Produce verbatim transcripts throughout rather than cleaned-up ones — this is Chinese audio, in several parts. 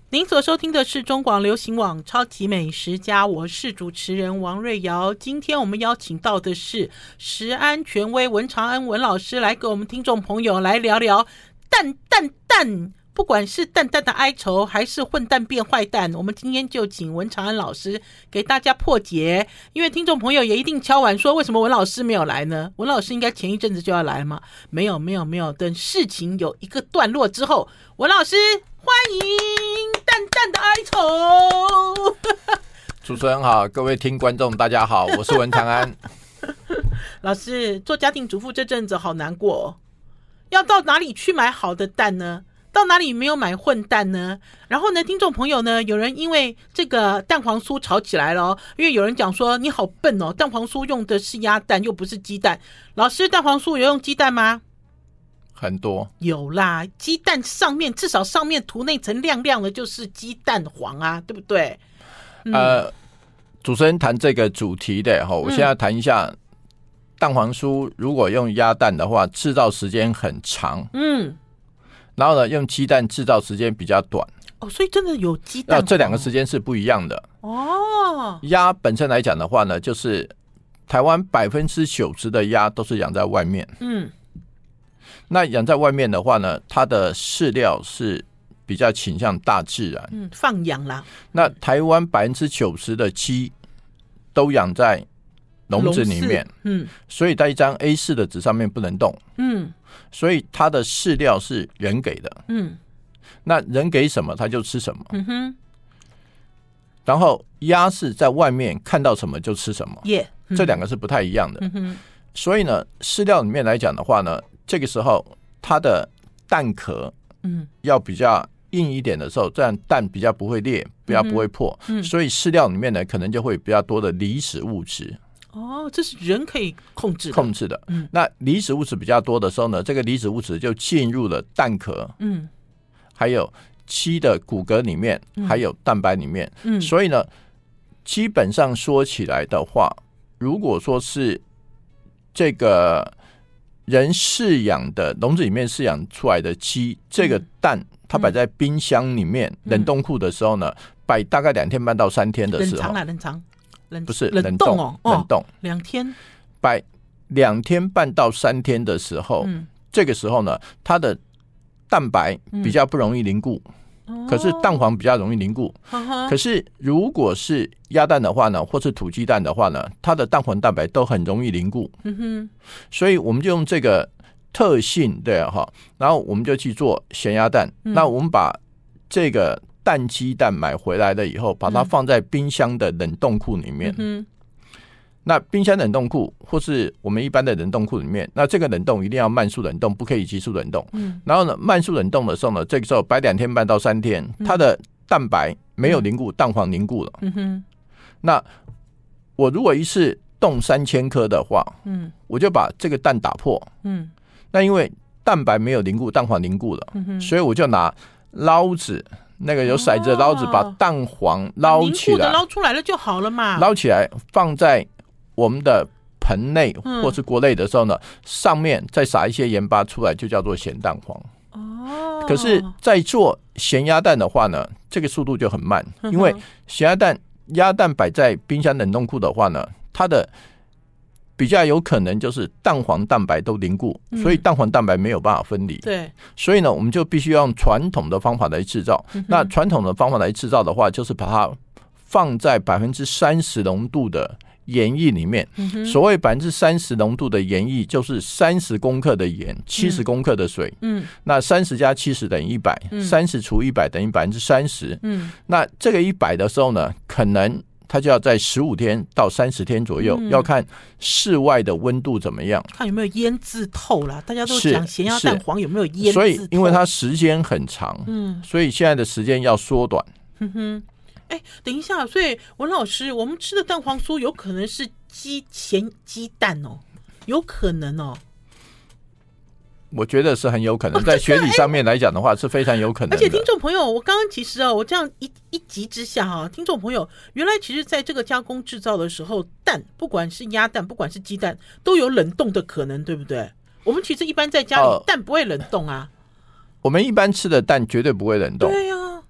您所收听的是中广流行网超级美食家，我是主持人王瑞瑶。今天我们邀请到的是食安权威文长安文老师，来给我们听众朋友来聊聊蛋蛋蛋，不管是蛋蛋的哀愁还是混蛋变坏蛋，我们今天就请文长安老师给大家破解。因为听众朋友也一定敲碗说，为什么文老师没有来呢？文老师应该前一阵子就要来吗？没有没有没有，等事情有一个段落之后，文老师欢迎蛋蛋的哀愁。 主持人好，各位听观众大家好，我是文长安。 老师，做家庭主妇这阵子好难过哦，要到哪里去买好的蛋呢？到哪里没有买混蛋呢？然后呢，听众朋友呢，有人因为这个蛋黄酥吵起来了哦，因为有人讲说你好笨哦，蛋黄酥用的是鸭蛋又不是鸡蛋。老师，蛋黄酥有用鸡蛋吗？ 很多有啦，鸡蛋上面至少上面涂那层亮亮的就是鸡蛋黄啊，对不对？ 嗯、呃，主持人谈这个主题的哈，我现在谈一下、嗯、蛋黄酥如果用鸭蛋的话，制造时间很长，嗯，然后呢，用鸡蛋制造时间比较短。 哦，所以真的有鸡蛋黄， 这两个时间是不一样的哦。鸭本身来讲的话呢，就是台湾百分之九十的鸭都是养在外面，嗯。那养在外面的话呢，它的饲料是比较倾向大自然， 嗯，放养啦。 那台湾百分之九十的鸡都养在笼子里面，嗯，所以在一张 A 四 的纸上面不能动，嗯，所以它的饲料是人给的，嗯，那人给什么它就吃什么，嗯哼。然后鸭是在外面看到什么就吃什么， yeah, 嗯、这两个是不太一样的，嗯哼。所以呢，饲料里面来讲的话呢，这个时候它的蛋壳嗯要比较硬一点的时候，这样蛋比较不会裂，比较不会破，嗯、所以饲料里面呢可能就会比较多的离子物质。 哦，这是人可以控制的控制的。嗯，那离子物质比较多的时候呢，这个离子物质就进入了蛋壳，嗯，还有鸡的骨骼里面，还有蛋白里面，嗯，所以呢，基本上说起来的话，如果说是这个人饲养的笼子里面饲养出来的鸡，这个蛋它摆在冰箱里面、嗯、冷冻库的时候呢，摆大概两天半到三天的时候， 冷藏啦，冷藏，冷不是冷冻哦， 冷冻两天， 摆两天半到三天的时候、嗯，这个时候呢，它的蛋白比较不容易凝固。嗯，可是蛋黄比较容易凝固、哦、可是如果是鸭蛋的话呢，或是土鸡蛋的话呢，它的蛋黄蛋白都很容易凝固、嗯、哼，所以我们就用这个特性，对啊，然后我们就去做咸鸭蛋、嗯、那我们把这个蛋鸡蛋买回来了以后，把它放在冰箱的冷冻库里面、嗯，那冰箱冷冻库或是我们一般的冷冻库里面，那这个冷冻一定要慢速冷冻，不可以急速冷冻、嗯、然后呢，慢速冷冻的时候呢，这个时候摆两天半到三天、嗯、它的蛋白没有凝固、嗯、蛋黄凝固了、嗯、哼，那我如果一次冻三千颗的话、嗯、我就把这个蛋打破、嗯、那因为蛋白没有凝固，蛋黄凝固了、嗯、所以我就拿捞子，那个有骰子的捞子、哦、把蛋黄捞起来，凝固的捞出来了就好了嘛， 捞起来放在我们的盆内或是锅内的时候呢、嗯，上面再撒一些盐巴出来，就叫做咸蛋黄。哦，可是，在做咸鸭蛋的话呢，这个速度就很慢，嗯、因为咸鸭蛋鸭蛋摆在冰箱冷冻库的话呢，它的比较有可能就是蛋黄蛋白都凝固、嗯，所以蛋黄蛋白没有办法分离。 对， 所以呢，我们就必须用传统的方法来制造。嗯、那传统的方法来制造的话，就是把它放在百分之三十浓度的盐液里面、嗯、所谓百分之三十浓度的盐液就是三十公克的盐，七十公克的水。嗯，那三十加七十等于一百，三十除一百等于百分之三十。嗯，那这个一百的时候呢，可能它就要在十五天到三十天左右、嗯，要看室外的温度怎么样， 看有没有腌制透啦。大家都讲咸鸭蛋黄有没有腌制透， 所以因为它时间很长，嗯，所以现在的时间要缩短。 嗯哼。哎，等一下，所以文老师，我们吃的蛋黄酥有可能是鸡咸鸡蛋哦，有可能哦。 我觉得是很有可能，在学理上面来讲的话，是非常有可能的。 而且听众朋友，我刚刚其实哦，我这样一一急之下哈，听众朋友，原来其实在这个加工制造的时候，蛋不管是鸭蛋，不管是鸡蛋，都有冷冻的可能，对不对？我们其实一般在家里、哦、蛋不会冷冻啊。 我们一般吃的蛋绝对不会冷冻。 对啊。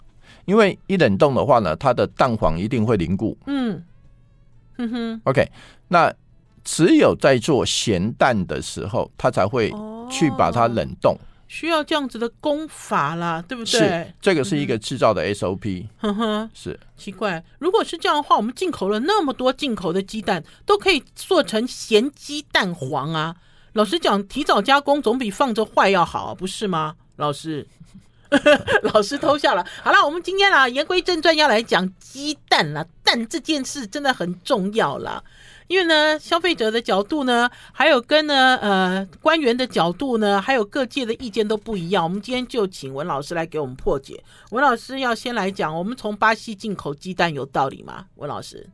因为一冷冻的话呢，它的蛋黄一定会凝固。 嗯哼哼 ，OK， 那只有在做咸蛋的时候，它才会去把它冷冻。哦， 需要这样子的功法啦，对不对？ 是，这个是一个制造的 S O P。 呵呵， 是奇怪，如果是这样的话，我们进口了那么多进口的鸡蛋，都可以做成咸鸡蛋黄啊。老实讲，提早加工总比放着坏要好，不是吗？老师，老师偷笑了。好了，我们今天啦，言归正传，要来讲鸡蛋啦。蛋这件事真的很重要啦。因为呢，消费者的角度呢，还有跟呢呃官员的角度呢，还有各界的意见都不一样。我们今天就请文老师来给我们破解。文老师要先来讲，我们从巴西进口鸡蛋有道理吗？文老师，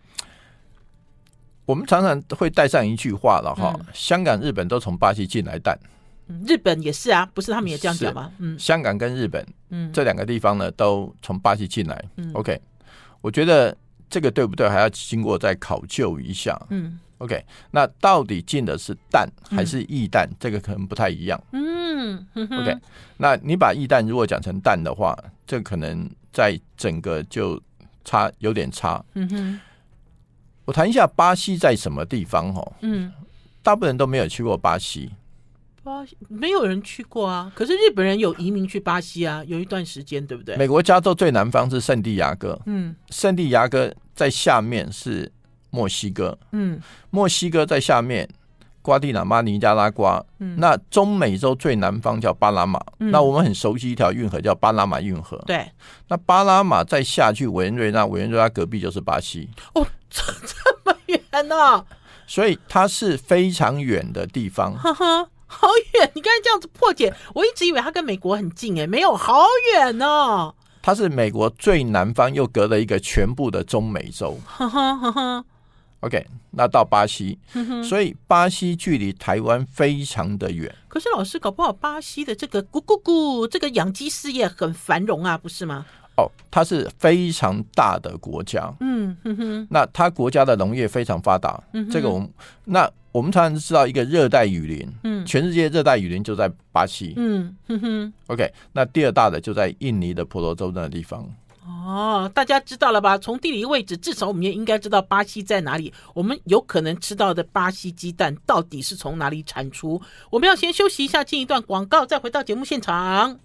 我们常常会带上一句话了哈，嗯、香港、日本都从巴西进来蛋、 嗯，日本也是啊，不是他们也这样讲吗？嗯， 香港跟日本，嗯，这两个地方呢都从巴西进来。嗯 ，OK， 我觉得。这个对不对？还要经过再考究一下。嗯 ，OK， 那到底进的是蛋还是异蛋？嗯、这个可能不太一样。嗯 ，OK， 那你把异蛋如果讲成蛋的话，这可能在整个就差有点差。嗯哼，我谈一下巴西在什么地方哦。嗯，大部分人都没有去过巴西。 巴西没有人去过啊，可是日本人有移民去巴西啊，有一段时间，对不对？ 美国加州最南方是圣地亚哥，嗯，圣地亚哥在下面是墨西哥，嗯，墨西哥在下面，瓜地那马、尼加拉瓜，嗯，那中美洲最南方叫巴拿马，嗯，那我们很熟悉一条运河叫巴拿马运河， 对， 那巴拿马再下去委内瑞拉，委内瑞拉隔壁就是巴西， 哦，这这么远哦， 所以它是非常远的地方， 呵呵。好远！你刚才这样子破解，我一直以为它跟美国很近，哎，没有，好远哦。 它是美国最南方，又隔了一个全部的中美洲。OK， 那到巴西，所以巴西距离台湾非常的远。 可是老师，搞不好巴西的这个咕咕咕，这个养鸡事业很繁荣啊，不是吗？ 哦，它是非常大的国家。嗯哼哼，那它国家的农业非常发达。嗯，这个我们那。我们常常知道一个热带雨林，嗯，全世界热带雨林就在巴西，嗯哼哼 ，OK， 那第二大的就在印尼的婆罗洲那个地方。 哦，大家知道了吧？从地理位置，至少我们也应该知道巴西在哪里。我们有可能吃到的巴西鸡蛋到底是从哪里产出？我们要先休息一下，进一段广告，再回到节目现场。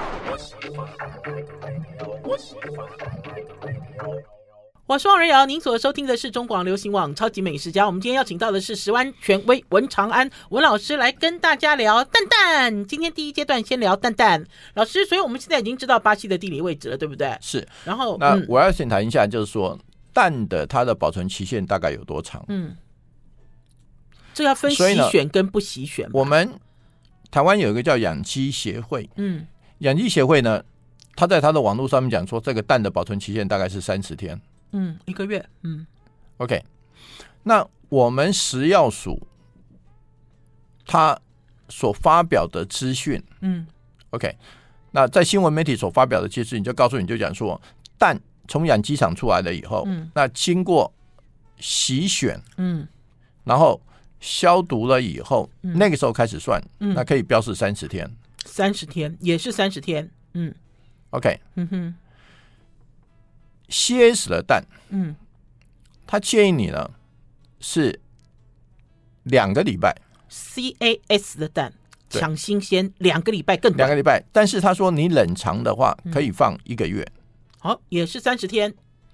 我是王瑞瑶，您所收听的是中广流行网超级美食家。我们今天要请到的是食安权威文长安文老师来跟大家聊蛋蛋。今天第一阶段先聊蛋蛋，老师，所以我们现在已经知道巴西的地理位置了，对不对？ 是。 然后， 那我要先谈一下，就是说、嗯、蛋的它的保存期限大概有多长？嗯， 这要分洗选跟不洗选。 我们台湾有一个叫养鸡协会，嗯，养鸡协会呢，他在他的网络上面讲说，这个蛋的保存期限大概是三十天。 嗯，一个月。嗯 ，OK。那我们食药署他所发表的资讯，嗯 ，OK。那在新闻媒体所发表的资讯，就告诉你就讲说，蛋从养鸡场出来了以后，嗯，那经过洗选，嗯，然后消毒了以后，嗯、那个时候开始算，嗯，那可以标示三十天， 三十天也是三十天，嗯 ，OK。嗯哼。C S 的蛋，嗯，他建议你呢是两个礼拜。 C A S 的蛋抢新鲜，两个礼拜更短， 两个礼拜。但是他说你冷藏的话，可以放一个月。 好、嗯，也是三十天。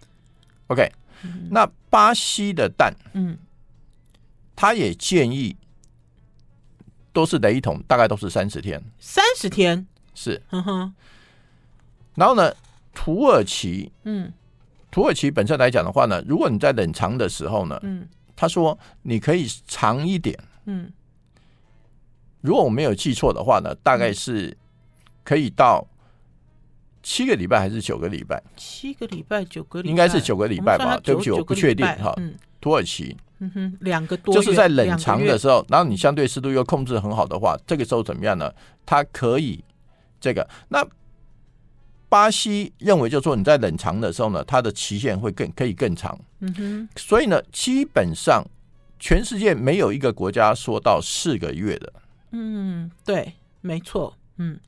OK，、嗯、那巴西的蛋，嗯，他也建议都是雷同，大概都是三十天。 三十天是，嗯哼。然后呢，土耳其，嗯。土耳其本身来讲的话呢，如果你在冷藏的时候呢，嗯，他说你可以长一点，嗯，如果我没有记错的话呢，大概是可以到七个礼拜还是九个礼拜？ 七个礼拜、九个礼拜， 应该是九个礼拜吧？对不起，我不确定哈。嗯、土耳其， 嗯哼，两个多月， 就是在冷藏的时候，然后你相对湿度又控制很好的话，这个时候怎么样呢？它可以这个那。巴西认为，就是说你在冷藏的时候呢，它的期限会更可以更长。嗯哼，所以呢，基本上全世界没有一个国家说到四个月的。 嗯，对，没错。嗯，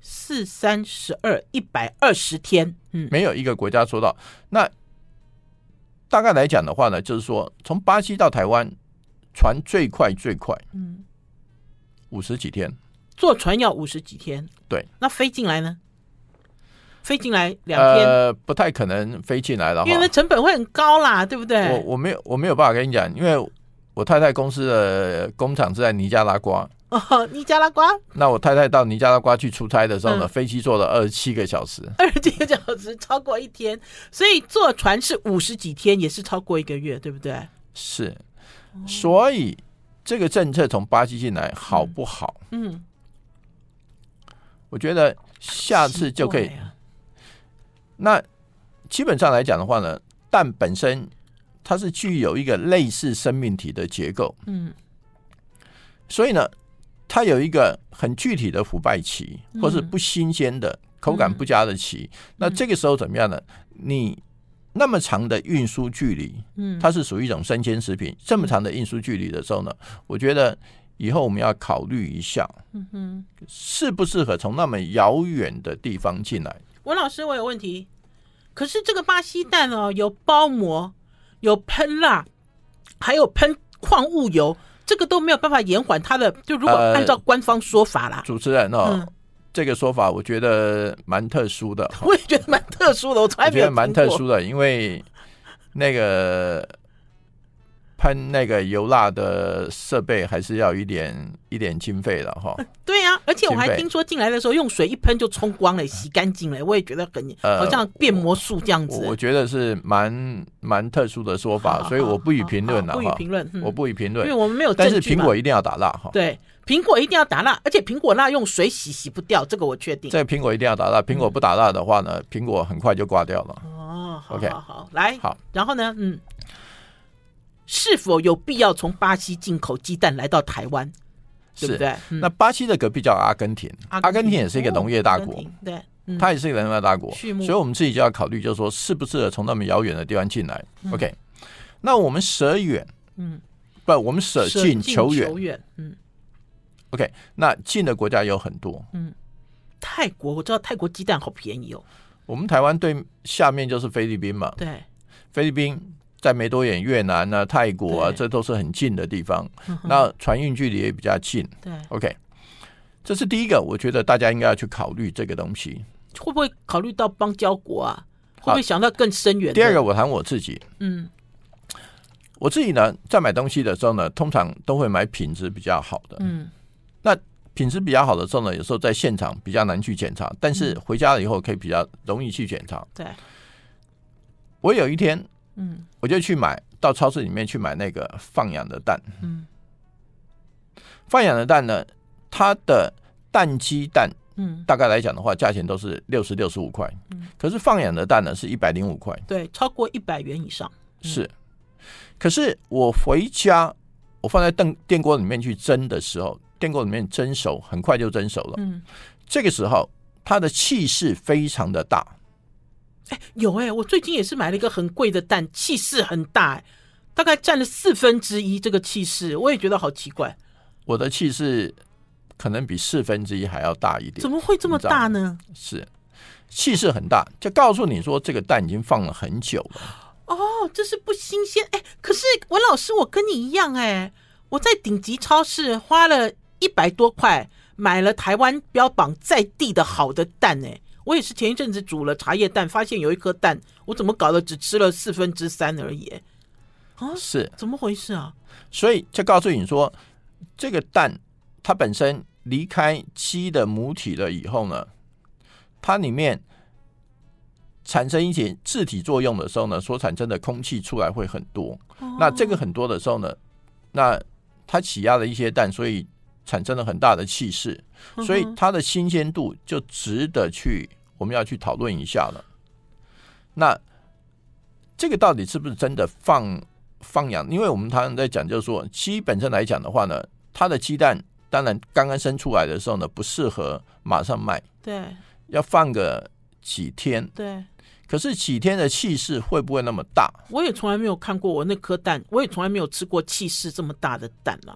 四三十二一百二十天，嗯， 没有一个国家做到。那大概来讲的话呢，就是说从巴西到台湾，船最快最快，嗯，五十几天， 坐船要五十几天， 对。 那飞进来呢？飞进来两天， 呃，不太可能飞进来了， 因为那成本会很高啦，对不对？ 我我没有我没有办法跟你讲，因为我太太公司的工厂是在尼加拉瓜。 哦，尼加拉瓜。 那我太太到尼加拉瓜去出差的时候呢，嗯、飞机坐了二十七个小时， 二十七个小时超过一天，所以坐船是五十几天，也是超过一个月，对不对？ 是，所以这个政策从巴西进来好不好？嗯，嗯我觉得下次就可以。啊、那基本上来讲的话呢，蛋本身它是具有一个类似生命体的结构，嗯，所以呢。它有一个很具体的腐败期，或是不新鲜的、嗯、口感不佳的期、嗯。那这个时候怎么样呢？你那么长的运输距离，嗯，它是属于一种生鲜食品。这么长的运输距离的时候呢，我觉得以后我们要考虑一下，嗯哼，适不适合从那么遥远的地方进来。 文老师，我有问题。可是这个巴西蛋哦，有包膜，有喷蜡，还有喷矿物油。这个都没有办法延缓它的，就如果按照官方说法啦，呃、 主持人哦、嗯，这个说法我觉得蛮特殊的， 我也觉得蛮特殊的，我从来没有听过。 我觉得蛮特殊的，因为那个喷那个油蜡的设备还是要一点一点经费的哈。 对啊，而且我还听说进来的时候用水一喷就冲光了，洗干净了，我也觉得很、呃、好像变魔术这样子。 我, 我觉得是蛮蛮特殊的说法，所以我不予评论了。 不予评论、嗯，我不予评论， 因为我们没有证据嘛。 但是苹果一定要打蜡哈。 对，苹果一定要打蜡，而且苹果蜡用水洗洗不掉，这个我确定。 这个苹果一定要打蜡，苹果不打蜡的话呢，嗯、苹果很快就挂掉了。 哦，好好好，来，好，然后呢，嗯。是否有必要从巴西进口鸡蛋来到台湾？对不对？ 嗯、那巴西的隔壁叫阿根廷，阿根廷, 阿根廷也是一个农业大国，哦、 对、 嗯，它也是一个农业大国，所以我们自己就要考虑，就是说适不适合从那么遥远的地方进来。嗯、OK， 那我们舍远，嗯，不，我们舍近求远，求远，嗯 ，OK， 那近的国家有很多，嗯， 泰国我知道泰国鸡蛋好便宜哦， 我们台湾对下面就是菲律宾嘛， 对， 菲律宾。在没多远，越南啊、泰国啊，这都是很近的地方。那船运距离也比较近。 对 ，OK， 这是第一个，我觉得大家应该要去考虑这个东西。 会不会考虑到邦交国啊？会不会想到更深远？ 第二个，我谈我自己。嗯，我自己呢，在买东西的时候呢，通常都会买品质比较好的。嗯，那品质比较好的时候呢，有时候在现场比较难去检查，但是回家了以后可以比较容易去检查。 对， 我有一天。嗯，我就去买到超市里面去买那个放养的蛋。嗯，放养的蛋呢，它的蛋鸡蛋，嗯，大概来讲的话，价钱都是六十六十五块。嗯，可是放养的蛋呢是一百零五块。 对，超过一百元以上。 嗯、是，可是我回家，我放在电电锅里面去蒸的时候，电锅里面蒸熟，很快就蒸熟了。嗯，这个时候它的气势非常的大。 哎，有哎、欸，我最近也是买了一个很贵的蛋，气势很大、欸，大概占了四分之一。这个气势，我也觉得好奇怪。 我的气势可能比四分之一还要大一点。 怎么会这么大呢？ 是气势很大，就告诉你说这个蛋已经放了很久了。 哦，这是不新鲜哎。可是文老师，我跟你一样哎，我在顶级超市花了一百多块买了台湾标榜在地的好的蛋哎。我也是前一阵子煮了茶叶蛋，发现有一颗蛋，我怎么搞的只吃了四分之三而已。啊， 是怎么回事啊？ 所以就告诉你说，这个蛋它本身离开鸡的母体了以后呢，它里面产生一些自体作用的时候呢，所产生的空气出来会很多。哦、那这个很多的时候呢，那它挤压了一些蛋，所以产生了很大的气势。所以它的新鲜度就值得去我们要去讨论一下了。那这个到底是不是真的放放养？因为我们常常在讲，就是说鸡本身来讲的话呢，它的鸡蛋当然刚刚生出来的时候呢，不适合马上卖， 对， 要放个几天， 对。 可是几天的气势会不会那么大？ 我也从来没有看过我那颗蛋，我也从来没有吃过气势这么大的蛋啊。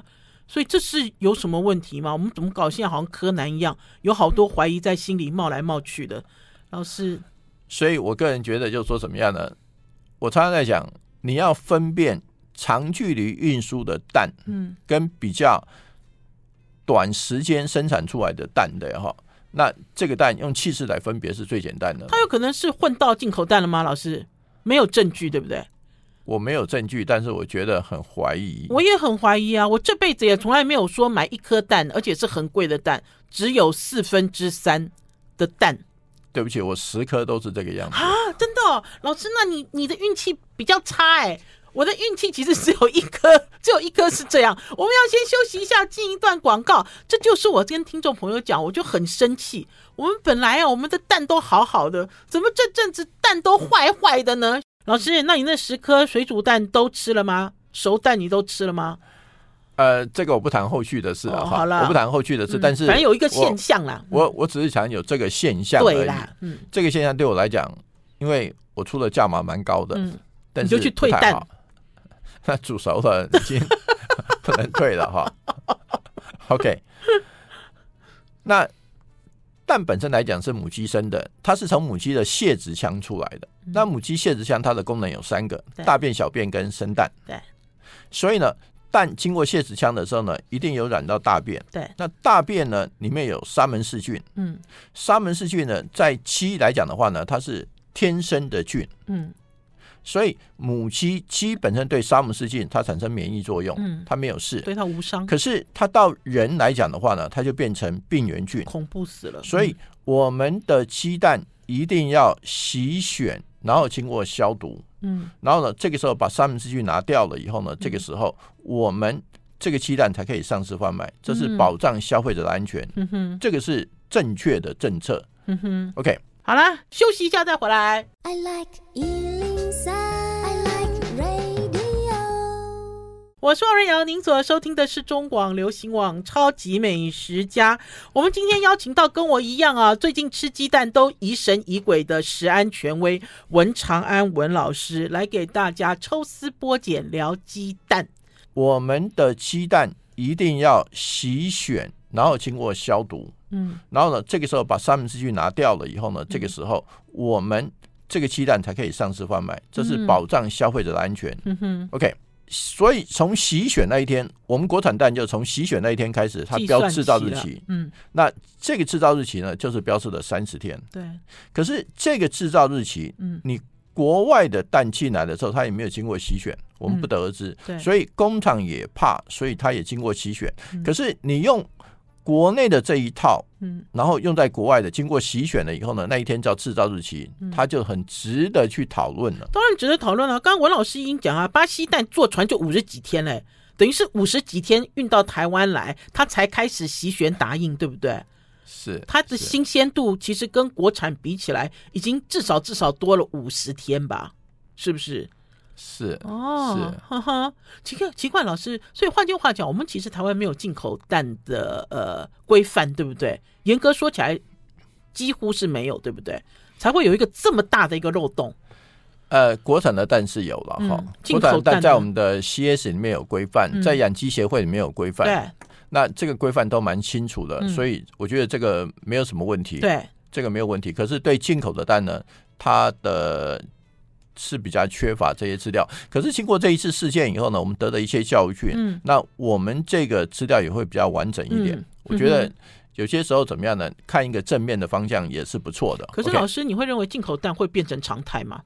所以这是有什么问题吗？我们怎么搞？现在好像柯南一样，有好多怀疑在心里冒来冒去的。老师， 所以我个人觉得就是说怎么样呢？我常常在讲，你要分辨长距离运输的蛋，嗯，跟比较短时间生产出来的蛋的哈。那这个蛋用气势来分别是最简单的。 它有可能是混到进口蛋了吗？老师，没有证据，对不对？ 我没有证据，但是我觉得很怀疑。 我也很怀疑啊！我这辈子也从来没有说买一颗蛋，而且是很贵的蛋，只有四分之三的蛋。 对不起，我十颗都是这个样子啊！真的、哦，老师，那你你的运气比较差哎。我的运气其实只有一颗，只有一颗是这样。我们要先休息一下，进一段广告。这就是我跟听众朋友讲，我就很生气。我们本来啊，我们的蛋都好好的，怎么这阵子蛋都坏坏的呢？老师，那你那十颗水煮蛋都吃了吗？熟蛋你都吃了吗？ 呃，这个我不谈后续的事了、哦、 好了， 我不谈后续的事、嗯，但是反正有一个现象啦。 我、嗯、我, 我只是想有这个现象而已。对啦，嗯，这个现象对我来讲，因为我出的价码蛮高的，嗯，但是你就去退蛋。 那煮熟了已经不能退了哈。OK， 那蛋本身来讲是母鸡生的，它是从母鸡的泄殖腔出来的。嗯、那母鸡泄殖腔它的功能有三个：大便、小便跟生蛋。 对， 所以呢，蛋经过泄殖腔的时候呢，一定有染到大便。 对， 那大便呢里面有沙门氏菌。嗯，沙门氏菌呢，在鸡来讲的话呢，它是天生的菌。嗯。所以母鸡鸡本身对沙门氏菌它产生免疫作用，嗯，它没有事， 对它无伤。 可是它到人来讲的话呢，它就变成病原菌， 恐怖死了。 所以我们的鸡蛋一定要洗选，然后经过消毒，嗯，然后呢，这个时候把沙门氏菌拿掉了以后呢，嗯、这个时候我们这个鸡蛋才可以上市贩卖，这是保障消费者的安全，嗯哼，这个是正确的政策，嗯哼 ，OK。 好啦，休息一下再回来。 I like 一零三 I like radio。 我是王瑞瑶，您所收听的是中广流行网超级美食家。我们今天邀请到跟我一样啊，最近吃鸡蛋都疑神疑鬼的食安权威文长安文老师，来给大家抽丝剥茧聊鸡蛋。 我们的鸡蛋一定要洗选，然后经过消毒。嗯，然后呢，这个时候把沙门氏菌拿掉了以后呢，嗯、这个时候我们这个鸡蛋才可以上市贩卖，这是保障消费者的安全。嗯哼 ，OK。所以从洗选那一天，我们国产蛋就从洗选那一天开始，它标制造日期。嗯，那这个制造日期呢，就是标示的三十天。 对。可是这个制造日期，嗯，你国外的蛋进来的时候，它也没有经过洗选，我们不得而知。嗯、对。所以工厂也怕，所以它也经过洗选。嗯、可是你用国内的这一套，嗯，然后用在国外的，经过洗选了以后呢，那一天叫制造日期，嗯、它就很值得去讨论了。 当然值得讨论了。刚刚文老师已经讲啊，巴西蛋坐船就五十几天嘞，等于是五十几天运到台湾来，它才开始洗选打印，对不对？ 是，它的新鲜度其实跟国产比起来，已经至少至少多了五十天吧，是不是？ 是哦， 是， 哈哈，奇怪奇怪，老师，所以换句话讲，我们其实台湾没有进口蛋的呃规范，对不对？严格说起来，几乎是没有，对不对？才会有一个这么大的一个漏洞。 呃，国产的蛋是有了哈、嗯，国产的蛋在我们的 C S 里面有规范、嗯，在养鸡协会里面有规范，对，那这个规范都蛮清楚的、嗯，所以我觉得这个没有什么问题， 对， 这个没有问题。可是对进口的蛋呢，它的是比较缺乏这些资料，可是经过这一次事件以后呢，我们得了一些教训、嗯、那我们这个资料也会比较完整一点、嗯、我觉得有些时候怎么样呢，看一个正面的方向也是不错的。 可是老师、okay? 你会认为进口蛋会变成常态吗？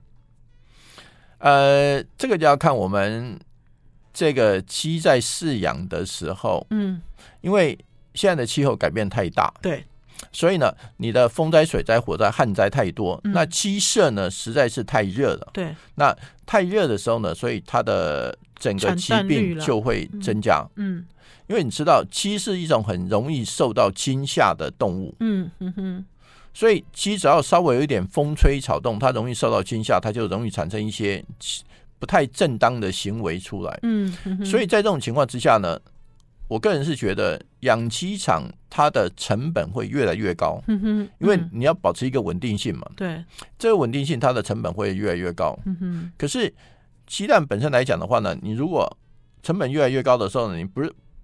呃，这个就要看我们这个鸡在饲养的时候，嗯，因为现在的气候改变太大， 对， 所以呢，你的风灾、水灾、火灾、旱灾太多，嗯、那鸡舍呢实在是太热了。 对， 那太热的时候呢，所以它的整个疾病就会增加。嗯，嗯因为你知道，鸡是一种很容易受到惊吓的动物。嗯嗯哼，所以鸡只要稍微有一点风吹草动，它容易受到惊吓，它就容易产生一些不太正当的行为出来。嗯，所以在这种情况之下呢，我个人是觉得养鸡场它的成本会越来越高，嗯哼，因为你要保持一个稳定性嘛， 对， 这个稳定性它的成本会越来越高，嗯哼。可是鸡蛋本身来讲的话呢，你如果成本越来越高的时候呢，你不是不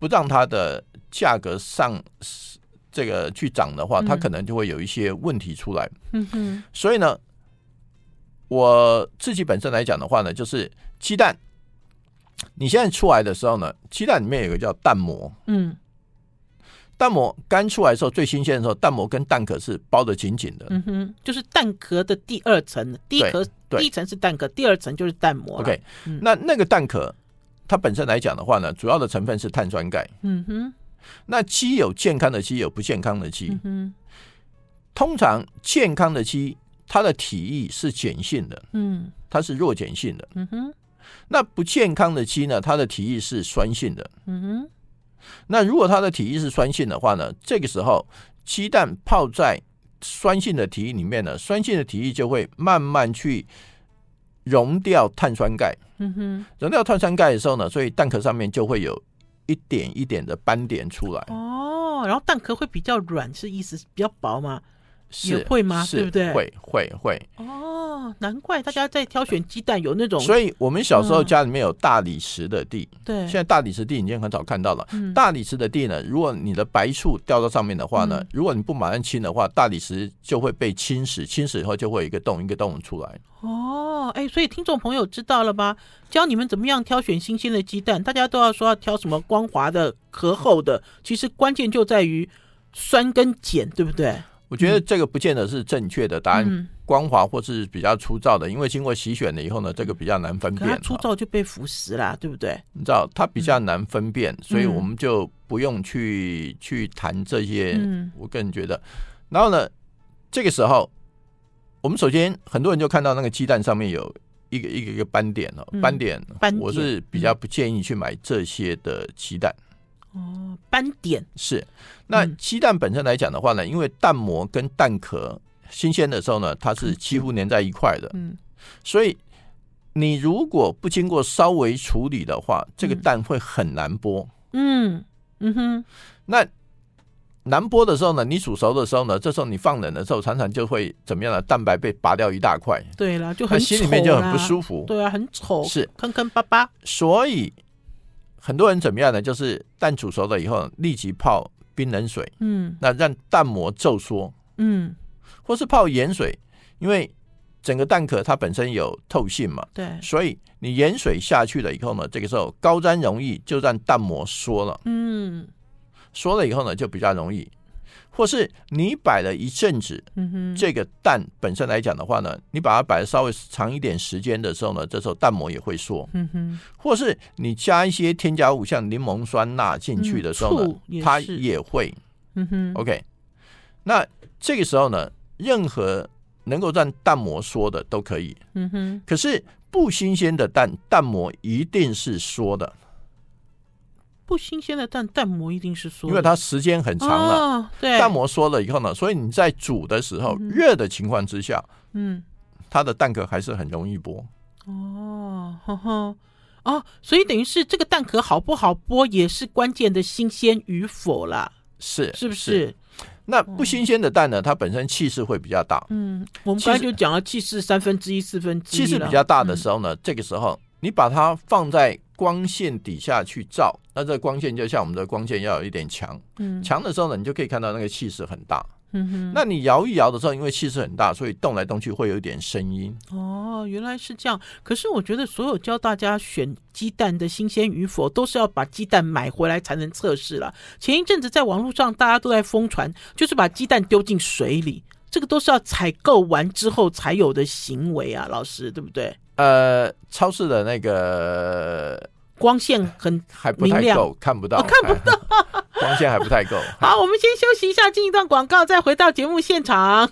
不让它的价格上这个去涨的话，它可能就会有一些问题出来。 嗯哼， 所以呢，我自己本身来讲的话呢，就是鸡蛋，你现在出来的时候呢，鸡蛋里面有一个叫蛋膜， 嗯， 蛋膜刚出来的时候最新鲜的时候，蛋膜跟蛋壳是包得紧紧的。 嗯哼，就是蛋壳的第二层，第一壳第一层是蛋壳，第二层就是蛋膜。 OK，嗯、那那个蛋壳它本身来讲的话呢，主要的成分是碳酸钙。 嗯哼， 那鸡有健康的鸡，有不健康的鸡。 嗯哼， 通常健康的鸡，它的体液是碱性的， 嗯， 它是弱碱性的。 嗯哼， 那不健康的鸡呢，它的体液是酸性的。 嗯哼， 那如果它的体液是酸性的话呢，这个时候鸡蛋泡在酸性的体液里面呢，酸性的体液就会慢慢去溶掉碳酸钙。 嗯哼， 溶掉碳酸钙的时候呢，所以蛋壳上面就会有一点一点的斑点出来。 哦，然后蛋壳会比较软，是意思比较薄吗？ 是也会吗？对不对？ 会会会。 哦，难怪大家在挑选鸡蛋有那种， 所以我们小时候家里面有大理石的地， 嗯、对， 现在大理石地已经很少看到了。 嗯、 大理石的地呢，如果你的白醋掉到上面的话呢，嗯、如果你不马上清的话，大理石就会被侵蚀，侵蚀以后就会有一个洞一个洞出来。 哦，哎，所以听众朋友知道了吧？教你们怎么样挑选新鲜的鸡蛋，大家都要说要挑什么光滑的、壳厚的，其实关键就在于酸跟碱，对不对？ 我觉得这个不见得是正确的答案，嗯、光滑或是比较粗糙的，因为经过洗选了以后呢，这个比较难分辨。 它粗糙就被腐蚀啦，对不对？ 你知道它比较难分辨，嗯、所以我们就不用去去谈这些。嗯、我个人觉得，然后呢，这个时候我们首先很多人就看到那个鸡蛋上面有一个一个一个斑点哦，嗯、斑点， 斑点， 我是比较不建议去买这些的鸡蛋。 哦，斑点是。那鸡蛋本身来讲的话呢，因为蛋膜跟蛋壳新鲜的时候呢，它是几乎粘在一块的，嗯，所以你如果不经过稍微处理的话，这个蛋会很难剥。 嗯嗯哼， 那难剥的时候呢，你煮熟的时候呢，这时候你放冷的时候，常常就会怎么样呢？蛋白被拔掉一大块， 对啦，就很丑啦， 心里面就很不舒服。 对啊，很丑， 是坑坑巴巴。 所以很多人怎么样呢？就是蛋煮熟了以后，立即泡冰冷水，嗯，那让蛋膜皱缩，嗯，或是泡盐水，因为整个蛋壳它本身有透性嘛， 对， 所以你盐水下去了以后呢，这个时候高沾溶液就让蛋膜缩了，嗯，缩了以后呢就比较容易。或是你摆了一阵子，嗯哼，这个蛋本身来讲的话呢，你把它摆稍微长一点时间的时候呢，这时候蛋膜也会缩，嗯哼。或是你加一些添加物，像柠檬酸钠进去的时候呢，嗯、也它也会，嗯哼。OK， 那这个时候呢，任何能够让蛋膜缩的都可以，嗯哼。可是不新鲜的蛋，蛋膜一定是缩的。 不新鲜的蛋，蛋膜一定是缩的， 因为它时间很长了， 哦、对， 蛋膜缩了以后呢，所以你在煮的时候，嗯、热的情况之下，嗯，它的蛋壳还是很容易剥。 哦，呵呵，哦，所以等于是这个蛋壳好不好剥，也是关键的新鲜与否啦， 是是不是？ 是那不新鲜的蛋呢，它本身气势会比较大。 嗯，我们刚才就讲了气势三分之一、四分之一， 气势比较大的时候呢，嗯、这个时候你把它放在光线底下去照，那这个光线就像我们的光线要有一点强，嗯，强的时候呢，你就可以看到那个气势很大。嗯哼，那你摇一摇的时候，因为气势很大，所以动来动去会有一点声音。 哦，原来是这样。可是我觉得所有教大家选鸡蛋的新鲜与否，都是要把鸡蛋买回来才能测试了。前一阵子在网络上大家都在疯传，就是把鸡蛋丢进水里，这个都是要采购完之后才有的行为啊，老师对不对？ 呃，超市的那个光线很还不太够，看不到， 哦、看不到， 光线还不太够。 好，我们先休息一下，进一段广告，再回到节目现场。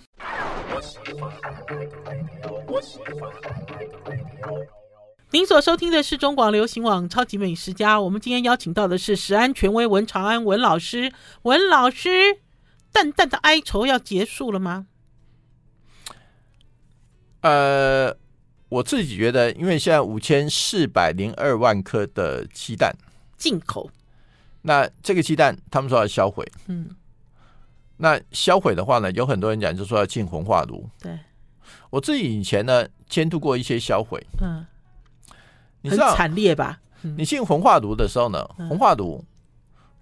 您所收听的是中广流行网超级美食家，我们今天邀请到的是食安权威文长安文老师。文老师，淡淡的哀愁要结束了吗？ 呃。我自己觉得，因为现在五千四百零二万颗的鸡蛋进口， 那这个鸡蛋他们说要销毁，嗯，那销毁的话呢，有很多人讲就说要进焚化炉。 对， 我自己以前呢监督过一些销毁，嗯，你知道很惨烈吧？ 嗯、你进焚化炉的时候呢，焚化炉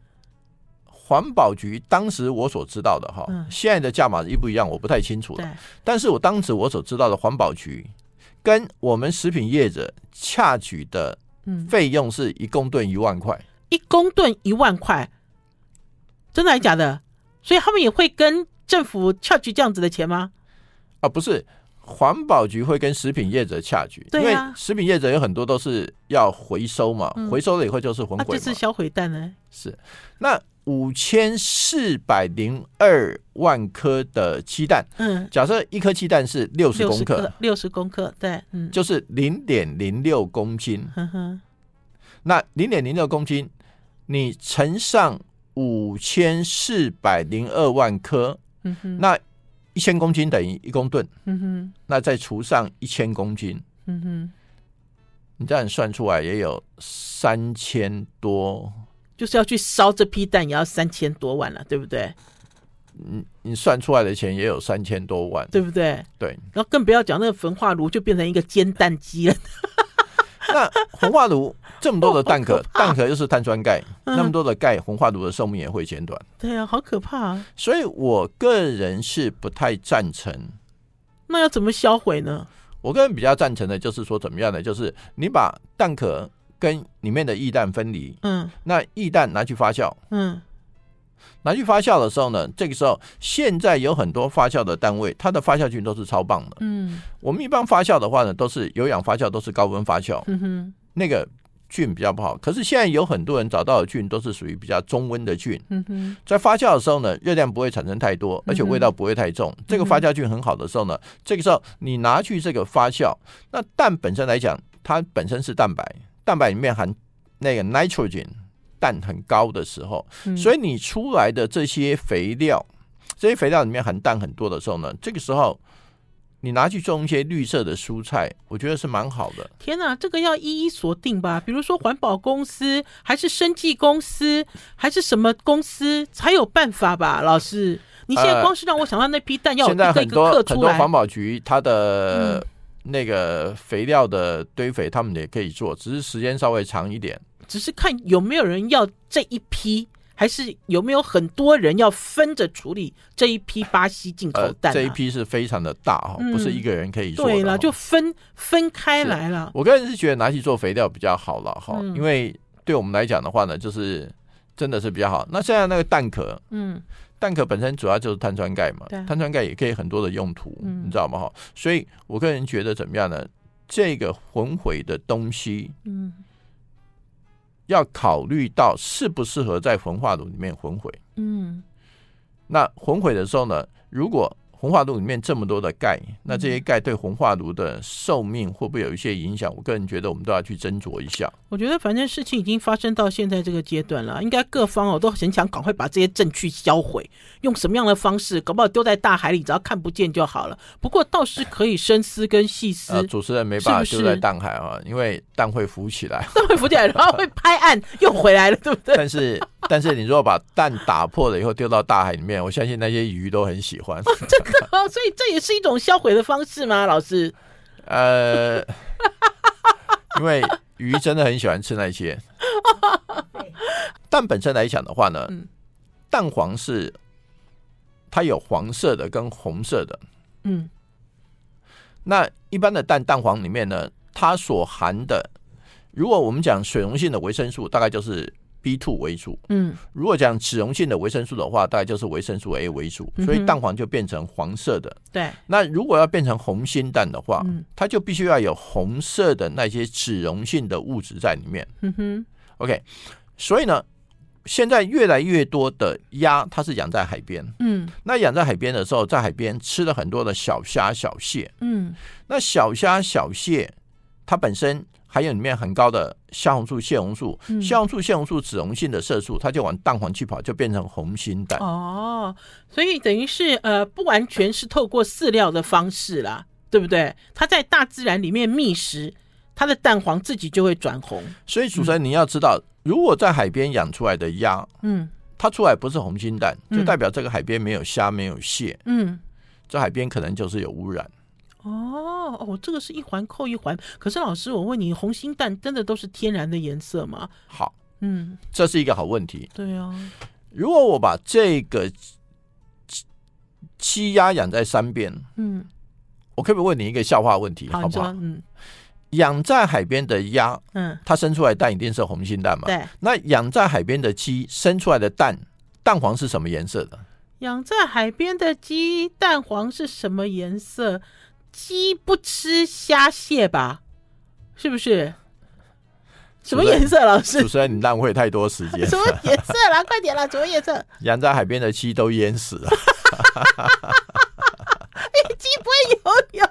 环保局当时我所知道的哈，嗯、现在的价码一不一样，我不太清楚了。但是我当时我所知道的环保局跟我们食品业者洽取的费用是一公吨一万块，嗯、 一公吨一万块，真的还假的？所以他们也会跟政府洽取这样子的钱吗？ 啊，不是。环保局会跟食品业者洽取， 对啊、 因为食品业者有很多都是要回收嘛，嗯、回收了以后就是混毁嘛。啊、 这次销毁蛋呢？ 是。那五千四百零二万颗的鸡蛋，嗯，假设一颗鸡蛋是六十公克， 六十公克，对， 嗯，就是零点零六公斤。呵呵，那零点零六公斤，你乘上五千四百零二万颗，嗯哼，那一千公斤等于一公吨，嗯哼，那再除上一千公斤，嗯哼，你这样算出来也有三千多， 就是要去烧这批蛋也要三千多万了，对不对？ 你你算出来的钱也有三千多万， 对不对？ 对， 然后更不要讲那个焚化炉就变成一个煎蛋机了。 那焚化炉这么多的蛋壳，哦、蛋壳又是碳酸钙，嗯、那么多的钙，焚化炉的寿命也会减短。 对啊，好可怕啊！ 所以我个人是不太赞成。 那要怎么销毁呢？ 我个人比较赞成的就是说怎么样呢？就是你把蛋壳跟里面的液氮分离，嗯，那液氮拿去发酵，嗯。拿去发酵的时候呢，这个时候现在有很多发酵的单位，它的发酵菌都是超棒的。嗯，我们一般发酵的话呢，都是有氧发酵，都是高温发酵，嗯哼，那个菌比较不好。可是现在有很多人找到的菌都是属于比较中温的菌，嗯哼，在发酵的时候呢，热量不会产生太多，而且味道不会太重。嗯、这个发酵菌很好的时候呢，这个时候你拿去这个发酵，那蛋本身来讲，它本身是蛋白，蛋白里面含那个 nitrogen。氮很高的时候，所以你出来的这些肥料，这些肥料里面含氮很多的时候呢，这个时候你拿去种一些绿色的蔬菜，我觉得是蛮好的。 天哪，这个要一一锁定吧？比如说环保公司，还是生技公司，还是什么公司才有办法吧？老师，你现在光是让我想到那批蛋要一个一个刻出来。 很多环保局它的、嗯、那个肥料的堆肥，他们也可以做，只是时间稍微长一点。 只是看有没有人要这一批，还是有没有很多人要分着处理这一批巴西进口蛋、啊呃、 这一批是非常的大、嗯、不是一个人可以做的。 对了，就分分开来了。 我个人是觉得拿去做肥料比较好了、嗯、因为对我们来讲的话呢，就是真的是比较好。那现在那个蛋壳，嗯，蛋壳本身主要就是碳酸钙嘛，碳酸钙也可以很多的用途，嗯、你知道吗？所以我个人觉得怎么样呢？这个混毁的东西，嗯。要考虑到适不适合在焚化炉里面混毁。嗯，那混毁的时候呢，如果焚化炉里面这么多的钙，那这些钙对焚化炉的寿命会不会有一些影响？我个人觉得我们都要去斟酌一下。 我觉得反正事情已经发生到现在这个阶段了，应该各方哦都很想赶快把这些证据销毁，用什么样的方式，搞不好丢在大海里，只要看不见就好了。不过倒是可以深思跟细思。 呃、主持人没办法丢在淡海啊，因为蛋会浮起来， 蛋会浮起来，然后会拍岸又回来了，对不对？ 但是但是你如果把蛋打破了以后丢到大海里面，我相信那些鱼都很喜欢。 哦、真的哦，所以这也是一种销毁的方式吗，老师？ 呃，因为鱼真的很喜欢吃那些。蛋本身来讲的话呢，嗯、蛋黄是它有黄色的跟红色的。嗯，那一般的蛋蛋黄里面呢，它所含的，如果我们讲水溶性的维生素，大概就是 B 二 为主。嗯，如果讲脂溶性的维生素的话，大概就是维生素 A 为主，所以蛋黄就变成黄色的。 对， 那如果要变成红心蛋的话，嗯、它就必须要有红色的那些脂溶性的物质在里面。嗯哼 ，OK， 所以呢，现在越来越多的鸭，它是养在海边。嗯，那养在海边的时候，在海边吃了很多的小虾、小蟹。嗯，那小虾、小蟹，它本身还有里面很高的虾红素、蟹红素，嗯、虾红素、蟹红素脂溶性的色素，它就往蛋黄去跑，就变成红心蛋。 哦，所以等于是呃，不完全是透过饲料的方式啦，对不对？它在大自然里面觅食，它的蛋黄自己就会转红。 所以主持人你要知道，嗯、如果在海边养出来的鸭，嗯，它出来不是红心蛋，就代表这个海边没有虾、没有蟹，嗯，这海边可能就是有污染。 哦哦，这个是一环扣一环。可是老师，我问你，红心蛋真的都是天然的颜色吗？ 好，嗯，这是一个好问题。 对啊， 如果我把这个鸡鸭养在山边，嗯，我可不可以问你一个笑话问题，好, 好不好？嗯，养在海边的鸭，嗯，它生出来的蛋一定是红心蛋嘛？ 对。 那养在海边的鸡生出来的蛋，蛋黄是什么颜色的？ 养在海边的鸡蛋黄是什么颜色？鸡不吃虾蟹吧？是不是？什么颜色？老师， 主持人，你浪费太多时间。 什么颜色啦？快点啦！什么颜色？ 养在海边的鸡都淹死了。 鸡不会游泳。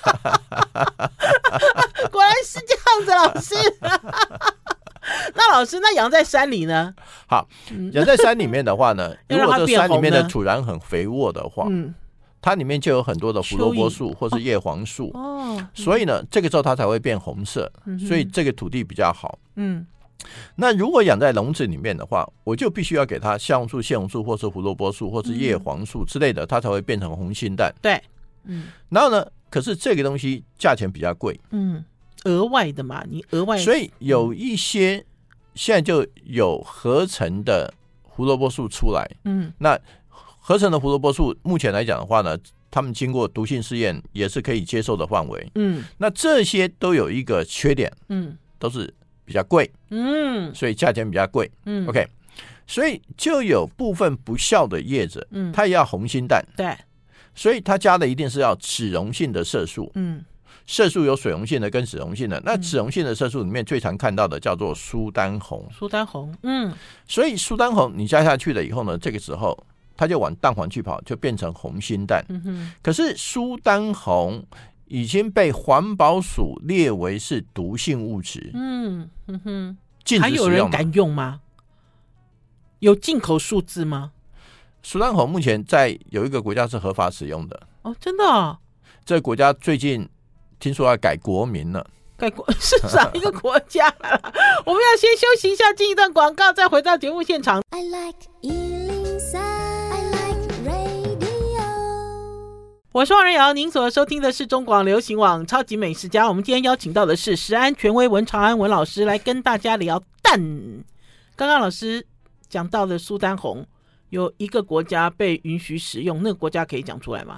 果然是这样子，老师。那老师，那养在山里呢？ 好，养在山里面的话呢，如果这山里面的土壤很肥沃的话，嗯，它里面就有很多的胡萝卜素或是叶黄素，哦，所以呢，这个时候它才会变红色，嗯，所以这个土地比较好。嗯，那如果养在笼子里面的话，我就必须要给它酵红素、蟹红素或是胡萝卜素或是叶黄素之类的，它才会变成红心蛋。 对，嗯， 然后呢，可是这个东西价钱比较贵， 嗯，额外的嘛，你额外， 所以有一些现在就有合成的胡萝卜素出来，嗯，那合成的胡萝卜素目前来讲的话呢，他们经过毒性试验也是可以接受的范围，嗯，那这些都有一个缺点，嗯，都是比较贵，嗯，所以价钱比较贵，嗯 ，OK， 所以就有部分不孝的业者，嗯，他也要红心蛋， 对， 所以他加的一定是要脂溶性的色素，嗯。色素有水溶性的跟脂溶性的，那脂溶性的色素里面最常看到的叫做苏丹红。 苏丹红，嗯， 所以苏丹红你加下去了以后呢，这个时候它就往蛋黄去跑，就变成红心蛋。嗯哼，可是苏丹红已经被环保署列为是毒性物质。嗯嗯哼，禁止使用。还有人敢用吗？有进口数字吗？ 苏丹红目前在有一个国家是合法使用的。 哦，真的哦？ 这个国家最近听说要改国名了， 改国是哪一个国家了？我们要先休息一下，进一段广告，再回到节目现场。I like 一零三 I like radio。我是王仁瑶，您所收听的是中广流行网超级美食家。我们今天邀请到的是食安权威文长安文老师来跟大家聊蛋。刚刚老师讲到的苏丹红，有一个国家被允许使用，那个国家可以讲出来吗？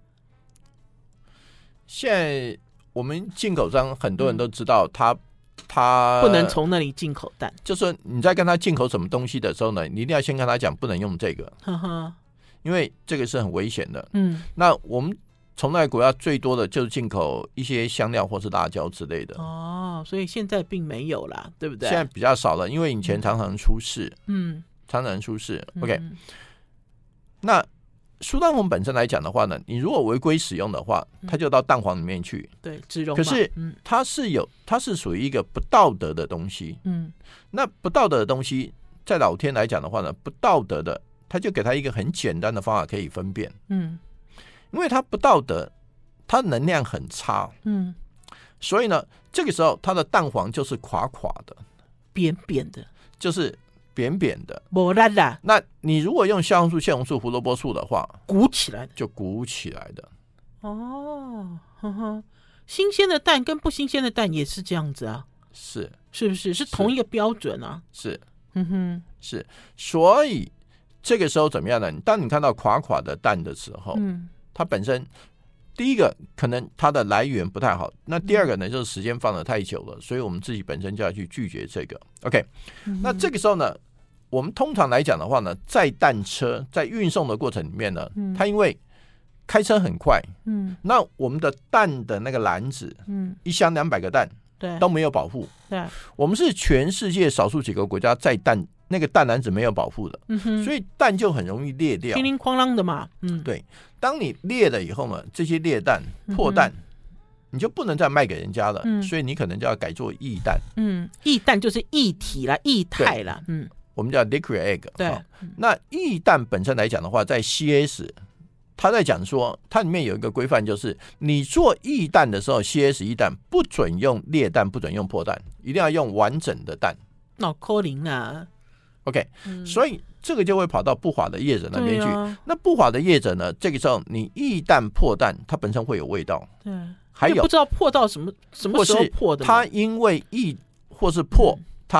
现在我们进口商很多人都知道他，他、 嗯、不能从那里进口蛋。 就是你在跟他进口什么东西的时候呢，你一定要先跟他讲不能用这个，呵呵，因为这个是很危险的。嗯，那我们从那个国家最多的就是进口一些香料或是辣椒之类的。 哦，所以现在并没有啦，对不对？ 现在比较少了，因为以前常常出事，嗯，常常出事。OK，嗯，那苏丹红本身来讲的话呢，你如果违规使用的话，它就到蛋黄里面去。 对，脂溶。 可是它是有，它是属于一个不道德的东西。嗯，那不道德的东西，在老天来讲的话呢，不道德的，他就给他一个很简单的方法可以分辨。嗯，因为它不道德，它能量很差。嗯，所以呢，这个时候它的蛋黄就是垮垮的、 扁扁的， 就是。扁扁的， 没烂啦。 那你如果用酵红素、蟹红素、胡萝卜素的话， 鼓起来的， 就鼓起来的。 哦，呵呵，新鲜的蛋跟不新鲜的蛋也是这样子啊？ 是， 是不是？是同一个标准啊？ 是，嗯哼，是。所以这个时候怎么样呢？当你看到垮垮的蛋的时候，嗯，它本身第一个可能它的来源不太好，那第二个呢，就是时间放得太久了，所以我们自己本身就要去拒绝这个。OK，嗯，那这个时候呢，我们通常来讲的话呢，载蛋车在运送的过程里面呢，嗯，它因为开车很快，嗯，那我们的蛋的那个篮子，嗯，一箱两百个蛋，对，都没有保护，对，我们是全世界少数几个国家载蛋那个蛋篮子没有保护的，嗯哼，所以蛋就很容易裂掉， 叮铃哐啷的嘛，嗯， 对，当你裂了以后呢，这些裂蛋破蛋，嗯，你就不能再卖给人家了，嗯，所以你可能就要改做液蛋， 嗯，液蛋就是液体啦，液态啦，嗯。 我们叫 liquid egg。 对， 那液蛋本身来讲的话，在 C S 他在讲说，它里面有一个规范，就是你做液蛋的时候 C S 液蛋不准用裂蛋，不准用破蛋，一定要用完整的蛋。 那可能啊 OK，嗯，所以这个就会跑到不法的业者那边去，啊，那不法的业者呢，这个时候你液蛋破蛋，它本身会有味道， 对， 还有不知道破到什么什么时候破的， 它因为液或是破，嗯，它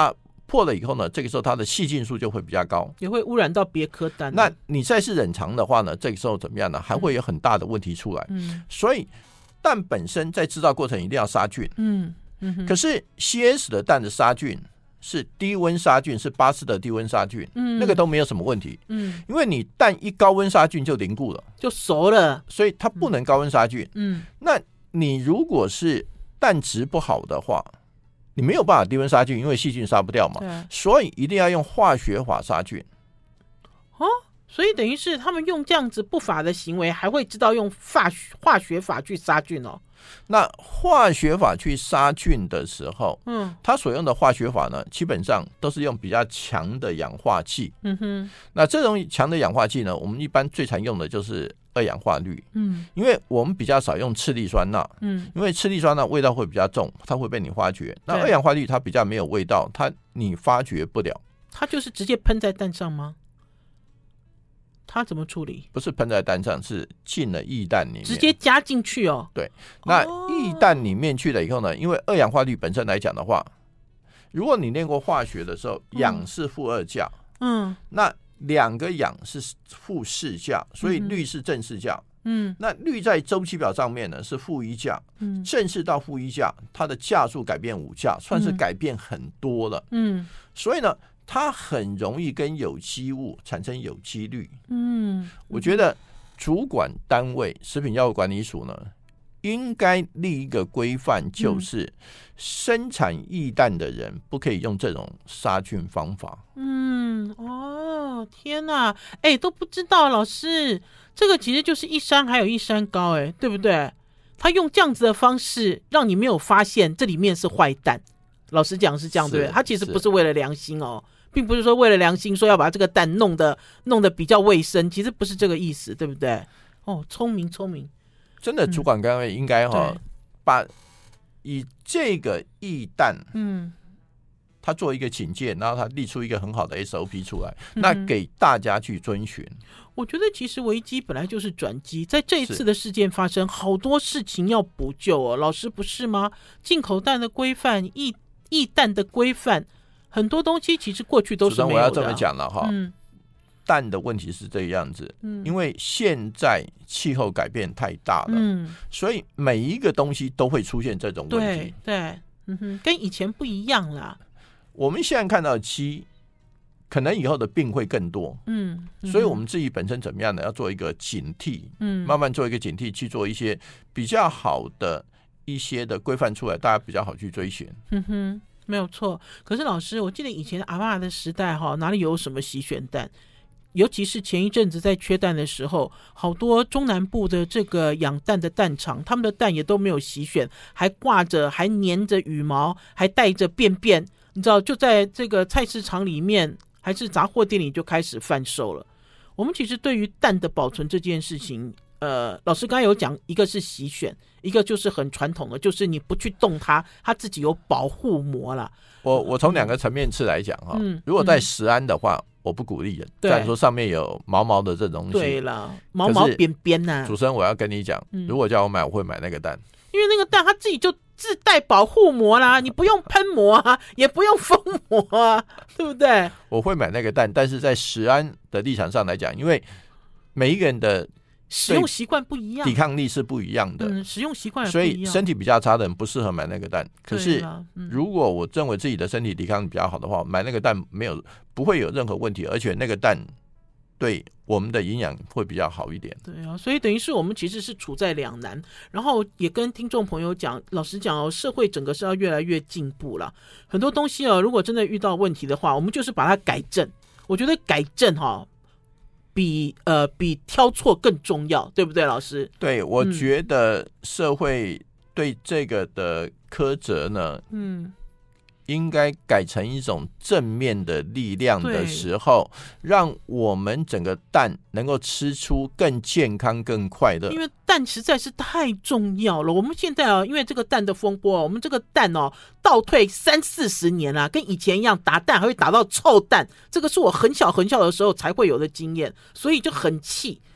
破了以后呢，这个时候它的细菌数就会比较高， 也会污染到别颗蛋。 那你再是冷藏的话呢，这个时候怎么样呢？还会有很大的问题出来。嗯，所以蛋本身在制造过程一定要杀菌。嗯嗯，可是 C S 的蛋的杀菌是低温杀菌，是巴斯的低温杀菌，嗯，那个都没有什么问题。嗯，因为你蛋一高温杀菌就凝固了， 就熟了， 所以它不能高温杀菌。嗯，那你如果是蛋质不好的话，你没有办法低温杀菌，因为细菌杀不掉嘛，所以一定要用化学法杀菌。 哦，所以等于是他们用这样子不法的行为，还会知道用化化学法去杀菌哦。 那化学法去杀菌的时候，嗯，它所用的化学法呢，基本上都是用比较强的氧化剂。嗯哼，那这种强的氧化剂呢，我们一般最常用的就是二氧化氯。嗯，因为我们比较少用次氯酸钠。嗯，因为次氯酸钠味道会比较重，它会被你发觉。那二氧化氯它比较没有味道，它你发觉不了。 它就是直接喷在蛋上吗？它怎么处理？ 不是喷在蛋上，是进了液蛋里面， 直接加进去哦。 对，那液蛋里面去了以后呢，因为二氧化氯本身来讲的话，如果你练过化学的时候，氧是负二价，嗯，那两个氧是负四价，所以氯是正四价。嗯，那氯在周期表上面呢是负一价，嗯，正式到负一价，它的价数改变五价，算是改变很多了。嗯，所以呢，它很容易跟有机物产生有机氯。嗯，我觉得主管单位食品药物管理署呢，应该立一个规范，就是生产液蛋的人不可以用这种杀菌方法。 嗯，哦，天哪，哎，都不知道，老师，这个其实就是一山还有一山高，哎，对不对？他用这样子的方式，让你没有发现这里面是坏蛋。老实讲是这样，对不对？他其实不是为了良心哦。并不是说为了良心说要把这个蛋弄得弄得比较卫生，其实不是这个意思，对不对？哦，聪明聪明， 真的主管单位应该哈、嗯、把以这个液蛋，嗯，他做一个警戒，然后他立出一个很好的 S O P 出来，嗯、那给大家去遵循。 我觉得其实危机本来就是转机，在这一次的事件发生，好多事情要补救哦，老师不是吗？进口蛋的规范，液液蛋的规范。很多东西其实过去都是没有的。我要这么讲了哈，嗯、蛋的问题是这个样子，嗯、因为现在气候改变太大了，嗯、所以每一个东西都会出现这种问题。 对，对嗯哼，跟以前不一样啦。 我们现在看到的鸡，可能以后的病会更多，嗯，嗯所以我们自己本身怎么样呢？要做一个警惕，嗯，慢慢做一个警惕，去做一些比较好的一些的规范出来，大家比较好去追寻。 嗯哼。没有错，可是老师，我记得以前阿嬷的时代哈，哪里有什么洗选蛋？尤其是前一阵子在缺蛋的时候，好多中南部的这个养蛋的蛋场，他们的蛋也都没有洗选，还挂着，还粘着羽毛，还带着便便，你知道，就在这个菜市场里面，还是杂货店里就开始贩售了。我们其实对于蛋的保存这件事情，呃，老师刚才有讲，一个是洗选，一个就是很传统的，就是你不去动它，它自己有保护膜啦。 我我从两个层面次来讲哈、嗯，如果在食安的话，嗯、我不鼓励人。虽然说上面有毛毛的这种东西， 对了，毛毛边边呐。 主持人，我要跟你讲，嗯、如果叫我买，我会买那个蛋， 因为那个蛋它自己就自带保护膜啦，你不用喷膜啊，也不用封膜啊，对不对？ 我会买那个蛋，但是在食安的立场上来讲，因为每一个人的使用习惯不一样， 抵抗力是不一样的， 嗯，使用习惯也不一样， 所以身体比较差的人不适合买那个蛋。可是，嗯、如果我认为自己的身体抵抗力比较好的话，买那个蛋没有不会有任何问题，而且那个蛋对我们的营养会比较好一点。 对啊，所以等于是我们其实是处在两难，然后也跟听众朋友讲，老实讲哦，社会整个是要越来越进步了，很多东西哦，如果真的遇到问题的话，我们就是把它改正。我觉得改正哈、哦。比呃比挑错更重要，对不对，老师？ 对，我觉得社会对这个的苛责呢，嗯，应该改成一种正面的力量的时候，让我们整个蛋能够吃出更健康、更快乐。 因为蛋实在是太重要了。我们现在啊，因为这个蛋的风波，我们这个蛋哦倒退三四十年啦、啊，跟以前一样，打蛋还会打到臭蛋，这个是我很小很小的时候才会有的经验，所以就很气。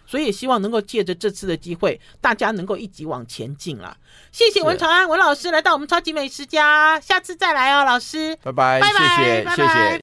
所以也希望能够借着这次的机会，大家能够一起往前进了。谢谢文长安文老师来到我们超级美食家，下次再来哦，老师， 拜拜， 拜拜谢谢， 拜拜谢谢。